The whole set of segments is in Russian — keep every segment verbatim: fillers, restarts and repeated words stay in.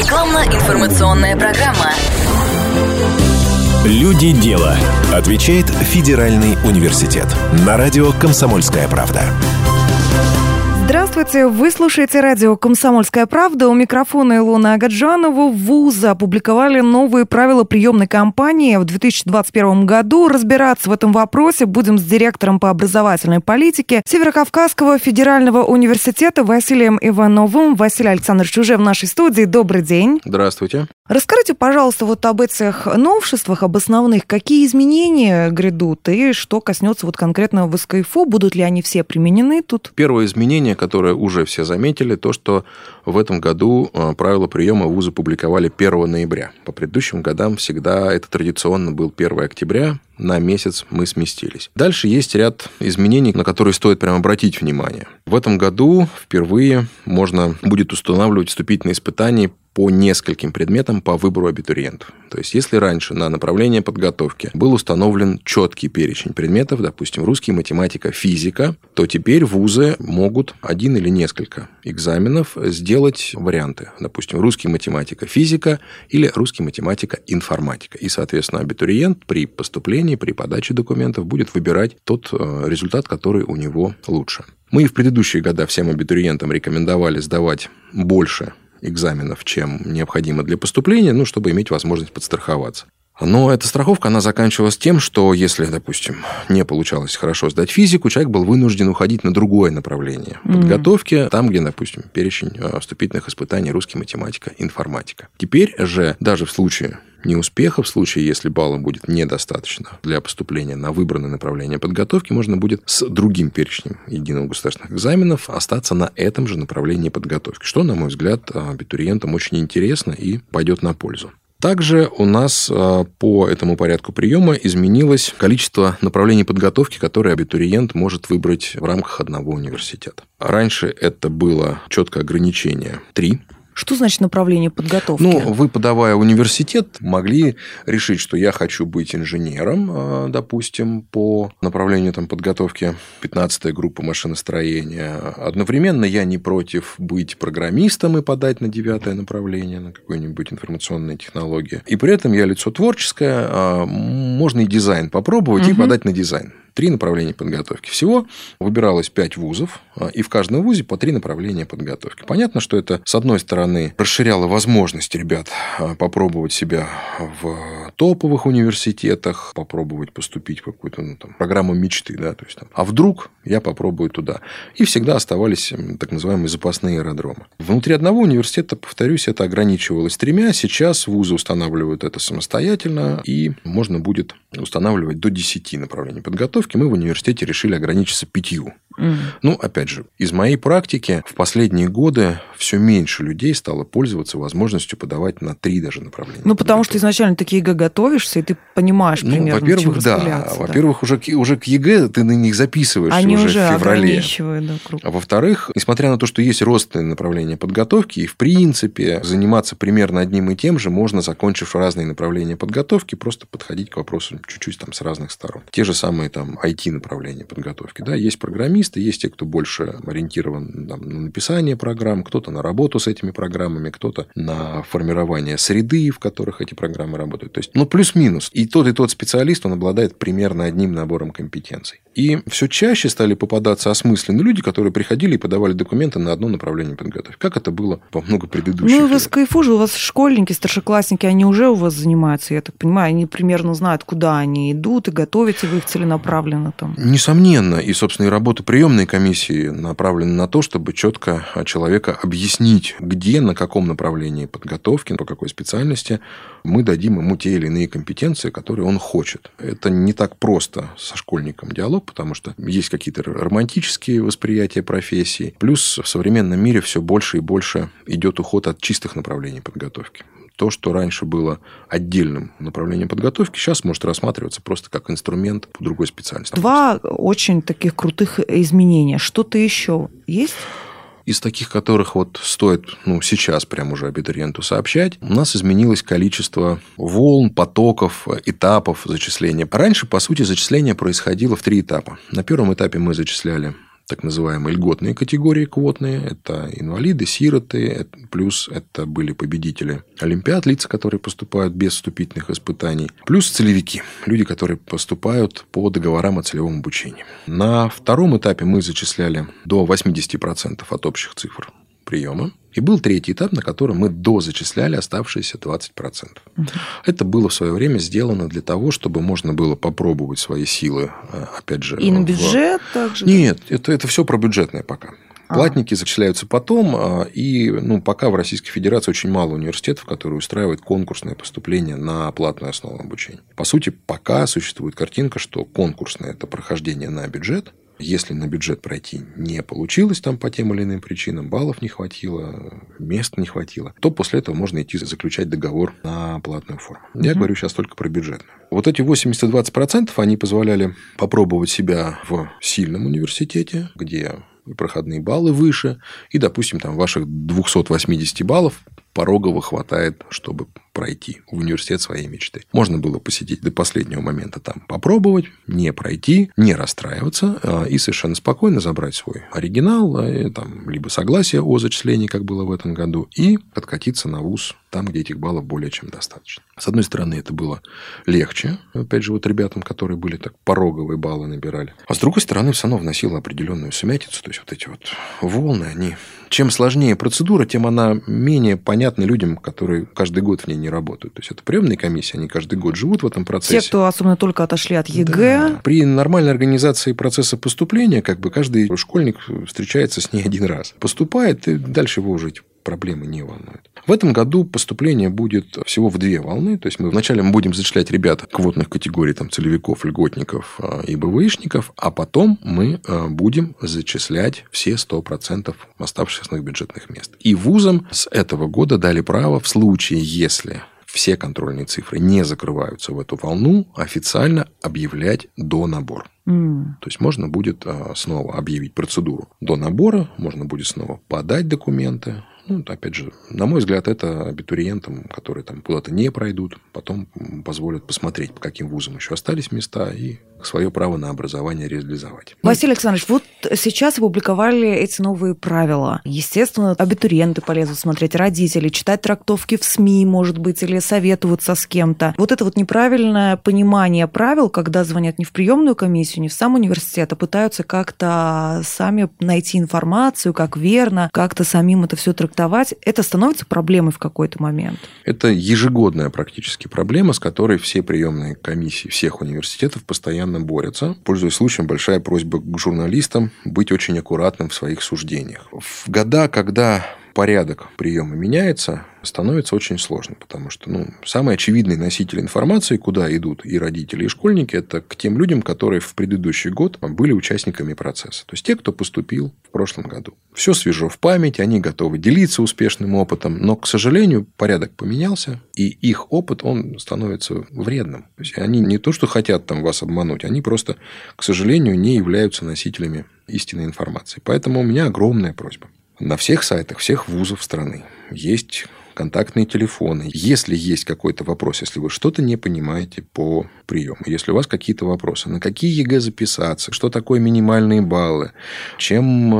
Рекламно-информационная программа. Люди дела. Отвечает Федеральный университет. На радио «Комсомольская правда». Здравствуйте, вы слушаете радио «Комсомольская правда». У микрофона Илона Агаджанова. Вузы опубликовали новые правила приемной кампании в две тысячи двадцать первом году. Разбираться в этом вопросе будем с директором по образовательной политике Северокавказского федерального университета Василием Ивановым. Василий Александрович уже в нашей студии. Добрый день. Здравствуйте. Расскажите, пожалуйста, вот об этих новшествах, об основных. Какие изменения грядут и что коснется вот конкретно ВСКФУ? Будут ли они все применены тут? Первое изменение, которое уже все заметили, то, что в этом году правила приема вузы публиковали первого ноября. По предыдущим годам всегда это традиционно был первого октября. На месяц мы сместились. Дальше есть ряд изменений, на которые стоит прямо обратить внимание. В этом году впервые можно будет устанавливать вступительные испытания по нескольким предметам по выбору абитуриентов. То есть, если раньше на направление подготовки был установлен четкий перечень предметов, допустим, русский, математика, физика, то теперь вузы могут один или несколько экзаменов сделать варианты. Допустим, русский, математика, физика или русский, математика, информатика. И, соответственно, абитуриент при поступлении, при подаче документов будет выбирать тот результат, который у него лучше. Мы и в предыдущие годы всем абитуриентам рекомендовали сдавать больше экзаменов, чем необходимо для поступления, ну, чтобы иметь возможность подстраховаться. Но эта страховка, она заканчивалась тем, что если, допустим, не получалось хорошо сдать физику, человек был вынужден уходить на другое направление подготовки, mm-hmm. там, где, допустим, перечень вступительных испытаний русский, математика, информатика. Теперь же, даже в случае неуспеха, в случае, если балла будет недостаточно для поступления на выбранное направление подготовки, можно будет с другим перечнем единого государственных экзаменов остаться на этом же направлении подготовки, что, на мой взгляд, абитуриентам очень интересно и пойдет на пользу. Также у нас по этому порядку приема изменилось количество направлений подготовки, которые абитуриент может выбрать в рамках одного университета. Раньше это было четкое ограничение три. Что значит направление подготовки? Ну, вы, подавая в университет, могли решить, что я хочу быть инженером, допустим, по направлению там, подготовки пятнадцатая группа машиностроения. Одновременно я не против быть программистом и подать на девятое направление, на какую-нибудь информационную технологию. И при этом я лицо творческое, можно и дизайн попробовать, угу. и подать на дизайн. Три направления подготовки. Всего выбиралось пять вузов, и в каждом вузе по три направления подготовки. Понятно, что это, с одной стороны, расширяло возможность ребят попробовать себя в топовых университетах, попробовать поступить в какую-то ну, там, программу мечты. Да, то есть, там, а вдруг я попробую туда. И всегда оставались так называемые запасные аэродромы. Внутри одного университета, повторюсь, это ограничивалось тремя. Сейчас вузы устанавливают это самостоятельно, и можно будет устанавливать до десяти направлений подготовки. Мы в университете решили ограничиться пятью. Mm. Ну, опять же, из моей практики в последние годы все меньше людей стало пользоваться возможностью подавать на три даже направления. Ну, потому что изначально ты к ЕГЭ готовишься, и ты понимаешь ну, примерно, во-первых, да. да. Во-первых, уже, уже к ЕГЭ ты на них записываешься Они уже, уже в феврале. Да, круг. А во-вторых, несмотря на то, что есть родственные направления подготовки, и в принципе заниматься примерно одним и тем же можно, закончив разные направления подготовки, просто подходить к вопросу чуть-чуть там с разных сторон. Те же самые там ай ти-направления подготовки. Да? Есть программисты, есть те, кто больше ориентирован там, на написание программ, кто-то на работу с этими программами, кто-то на формирование среды, в которых эти программы работают. То есть, ну, плюс-минус. И тот, и тот специалист, он обладает примерно одним набором компетенций. И все чаще стали попадаться осмысленные люди, которые приходили и подавали документы на одно направление подготовки. Как это было во много предыдущих лет. Ну, в СКФУ же у вас школьники, старшеклассники, они уже у вас занимаются, я так понимаю, они примерно знают, куда они идут, и готовите вы их целенаправленно там. Несомненно. И, собственно, и работа приемной комиссии направлена на то, чтобы четко человека объяснить, где, на каком направлении подготовки, по какой специальности мы дадим ему те или иные компетенции, которые он хочет. Это не так просто со школьником диалог, потому что есть какие-то романтические восприятия профессии. Плюс в современном мире все больше и больше идет уход от чистых направлений подготовки. То, что раньше было отдельным направлением подготовки, сейчас может рассматриваться просто как инструмент по другой специальности. Два очень таких крутых изменения. Что-то еще есть? Из таких, которых вот стоит ну, сейчас прямо уже абитуриенту сообщать, у нас изменилось количество волн, потоков, этапов зачисления. Раньше, по сути, зачисление происходило в три этапа. На первом этапе мы зачисляли так называемые льготные категории квотные. Это инвалиды, сироты, плюс это были победители олимпиад, лица, которые поступают без вступительных испытаний, плюс целевики, люди, которые поступают по договорам о целевом обучении. На втором этапе мы зачисляли до восемьдесят процентов от общих цифр приема. И был третий этап, на котором мы дозачисляли оставшиеся двадцать процентов. Угу. Это было в свое время сделано для того, чтобы можно было попробовать свои силы, опять же... И на в... бюджет также? Нет, это, это все про бюджетное пока. Платники зачисляются потом, и ну, пока в Российской Федерации очень мало университетов, которые устраивают конкурсное поступление на платную основу обучения. По сути, пока существует картинка, что конкурсное – это прохождение на бюджет. Если на бюджет пройти не получилось там по тем или иным причинам, баллов не хватило, мест не хватило, то после этого можно идти заключать договор на платную форму. Uh-huh. Я говорю сейчас только про бюджетную. Вот эти восемьдесят-двадцать процентов, они позволяли попробовать себя в сильном университете, где проходные баллы выше, и, допустим, там ваших двести восемьдесят баллов порогово хватает, чтобы пройти в университет своей мечты. Можно было посидеть до последнего момента там, попробовать, не пройти, не расстраиваться и совершенно спокойно забрать свой оригинал, там, либо согласие о зачислении, как было в этом году, и откатиться на вуз там, где этих баллов более чем достаточно. С одной стороны, это было легче, опять же, вот ребятам, которые были так пороговые баллы набирали. А с другой стороны, все равно вносило определенную сумятицу. То есть, вот эти вот волны, они... Чем сложнее процедура, тем она менее понятна людям, которые каждый год в ней не работают. То есть, это приемные комиссии, они каждый год живут в этом процессе. Те, кто особенно только отошли от ЕГЭ. Да. При нормальной организации процесса поступления, как бы каждый школьник встречается с ней один раз. Поступает, и дальше его уже проблемы не волнуют. В этом году поступление будет всего в две волны. То есть, мы вначале мы будем зачислять ребят квотных категорий, там, целевиков, льготников и БВИшников, а потом мы будем зачислять все сто процентов оставшихся бюджетных мест. И вузам с этого года дали право в случае, если все контрольные цифры не закрываются в эту волну, официально объявлять донабор. Mm. То есть, можно будет снова объявить процедуру донабора, можно будет снова подать документы. Ну, опять же, на мой взгляд, это абитуриентам, которые там куда-то не пройдут, потом позволят посмотреть, по каким вузам еще остались места, и свое право на образование реализовать. Василий Александрович, вот сейчас опубликовали эти новые правила. Естественно, абитуриенты полезут смотреть, родители, читать трактовки в СМИ, может быть, или советоваться с кем-то. Вот это вот неправильное понимание правил, когда звонят не в приемную комиссию, не в сам университет, а пытаются как-то сами найти информацию, как верно, как-то самим это все трактовать, это становится проблемой в какой-то момент? Это ежегодная практически проблема, с которой все приемные комиссии всех университетов постоянно борются. Пользуясь случаем, большая просьба к журналистам быть очень аккуратным в своих суждениях. В года, когда порядок приема меняется, становится очень сложно, потому что ну, самый очевидный носитель информации, куда идут и родители, и школьники, это к тем людям, которые в предыдущий год были участниками процесса. То есть, те, кто поступил в прошлом году. Все свежо в памяти, они готовы делиться успешным опытом, но, к сожалению, порядок поменялся, и их опыт, он становится вредным. То есть, они не то, что хотят там вас обмануть, они просто, к сожалению, не являются носителями истинной информации. Поэтому у меня огромная просьба. На всех сайтах всех вузов страны есть контактные телефоны. Если есть какой-то вопрос, если вы что-то не понимаете по приему, если у вас какие-то вопросы, на какие ЕГЭ записаться, что такое минимальные баллы, чем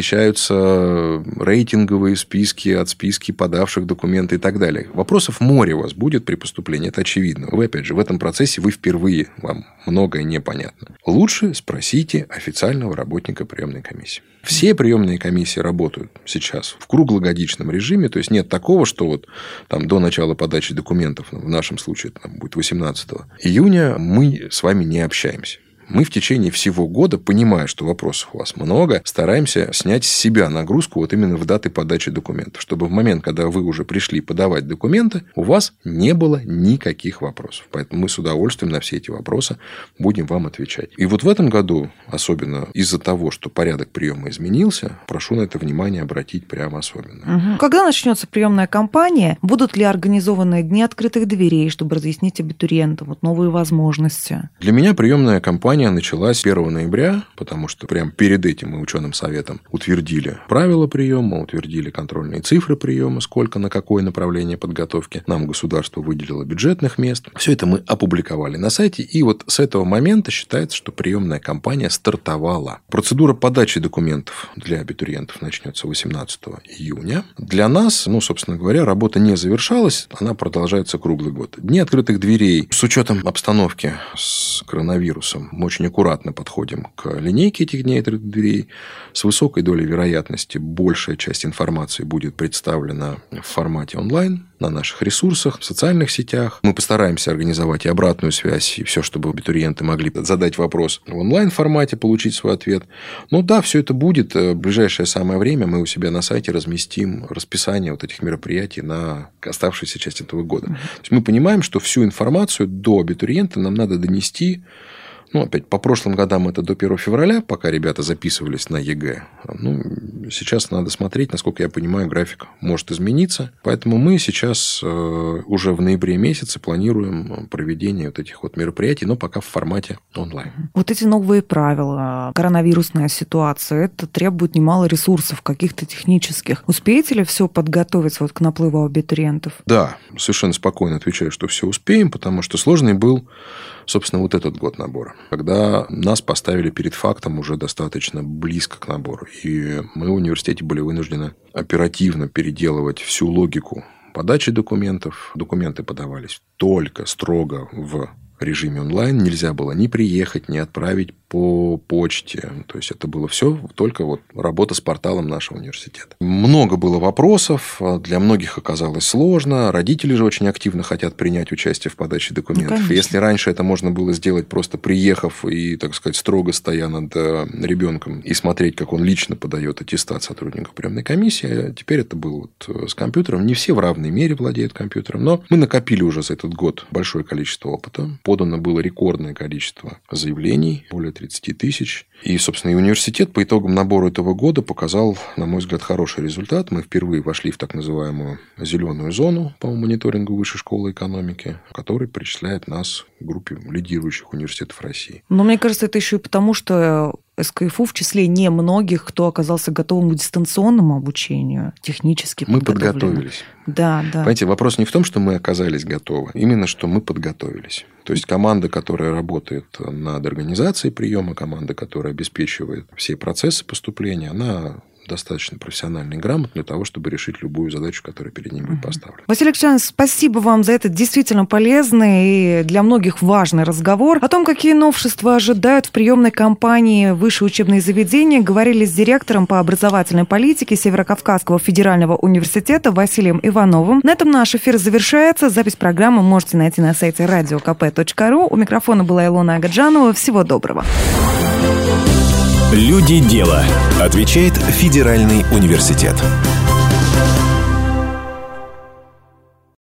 отличаются рейтинговые списки от списки подавших документы и так далее. Вопросов море у вас будет при поступлении, это очевидно. Вы, опять же, в этом процессе вы впервые, вам многое непонятно. Лучше спросите официального работника приемной комиссии. Все приемные комиссии работают сейчас в круглогодичном режиме, то есть, нет такого, что вот там до начала подачи документов, в нашем случае это там будет восемнадцатого июня, мы с вами не общаемся. Мы в течение всего года, понимая, что вопросов у вас много, стараемся снять с себя нагрузку вот именно в даты подачи документов, чтобы в момент, когда вы уже пришли подавать документы, у вас не было никаких вопросов. Поэтому мы с удовольствием на все эти вопросы будем вам отвечать. И вот в этом году, особенно из-за того, что порядок приема изменился, прошу на это внимание обратить прямо особенно. Угу. Когда начнется приемная кампания, будут ли организованы дни открытых дверей, чтобы разъяснить абитуриентам вот новые возможности? Для меня приемная кампания церемония началась первого ноября, потому что прямо перед этим мы ученым советом утвердили правила приема, утвердили контрольные цифры приема, сколько на какое направление подготовки. Нам государство выделило бюджетных мест. Все это мы опубликовали на сайте. И вот с этого момента считается, что приемная кампания стартовала. Процедура подачи документов для абитуриентов начнется восемнадцатого июня. Для нас, ну, собственно говоря, работа не завершалась, она продолжается круглый год. Дни открытых дверей. С учетом обстановки с коронавирусом мы очень аккуратно подходим к линейке этих дней открытых дверей. С высокой долей вероятности большая часть информации будет представлена в формате онлайн на наших ресурсах, в социальных сетях. Мы постараемся организовать и обратную связь, и все, чтобы абитуриенты могли задать вопрос в онлайн-формате, получить свой ответ. Ну да, все это будет. В ближайшее самое время мы у себя на сайте разместим расписание вот этих мероприятий на оставшуюся часть этого года. То есть мы понимаем, что всю информацию до абитуриента нам надо донести. Ну, опять, по прошлым годам это до первого февраля, пока ребята записывались на ЕГЭ. Ну, сейчас надо смотреть, насколько я понимаю, график может измениться. Поэтому мы сейчас уже в ноябре месяце планируем проведение вот этих вот мероприятий, но пока в формате онлайн. Вот эти новые правила, коронавирусная ситуация, это требует немало ресурсов, каких-то технических. Успеете ли все подготовить вот к наплыву абитуриентов? Да, совершенно спокойно отвечаю, что все успеем, потому что сложный был, собственно, вот этот год набора, когда нас поставили перед фактом уже достаточно близко к набору. И мы в университете были вынуждены оперативно переделывать всю логику подачи документов. Документы подавались только строго в режиме онлайн. Нельзя было ни приехать, ни отправить по почте. То есть, это было все только вот работа с порталом нашего университета. Много было вопросов. Для многих оказалось сложно. Родители же очень активно хотят принять участие в подаче документов. Ну, если раньше это можно было сделать, просто приехав и, так сказать, строго стоя над ребенком и смотреть, как он лично подает аттестат сотрудников приемной комиссии, теперь это было вот с компьютером. Не все в равной мере владеют компьютером, но мы накопили уже за этот год большое количество опыта. Подано было рекордное количество заявлений, более тридцать тысяч. И, собственно, и университет по итогам набора этого года показал, на мой взгляд, хороший результат. Мы впервые вошли в так называемую зеленую зону по мониторингу Высшей школы экономики, который причисляет нас к группе лидирующих университетов России. Но мне кажется, это еще и потому, что СКФУ в числе немногих, кто оказался готовым к дистанционному обучению, технически мы подготовились. Да, да. Понимаете, вопрос не в том, что мы оказались готовы, именно что мы подготовились. То есть, команда, которая работает над организацией приема, команда, которая обеспечивает все процессы поступления, она достаточно профессионально и грамотно для того, чтобы решить любую задачу, которая перед ним будет поставлена. Василий Александрович, спасибо вам за этот действительно полезный и для многих важный разговор. О том, какие новшества ожидают в приемной кампании высшие учебные заведения, говорили с директором по образовательной политике Северокавказского федерального университета Василием Ивановым. На этом наш эфир завершается. Запись программы можете найти на сайте радио ка пэ точка ру. У микрофона была Илона Агаджанова. Всего доброго. Люди дела. Отвечает Федеральный университет.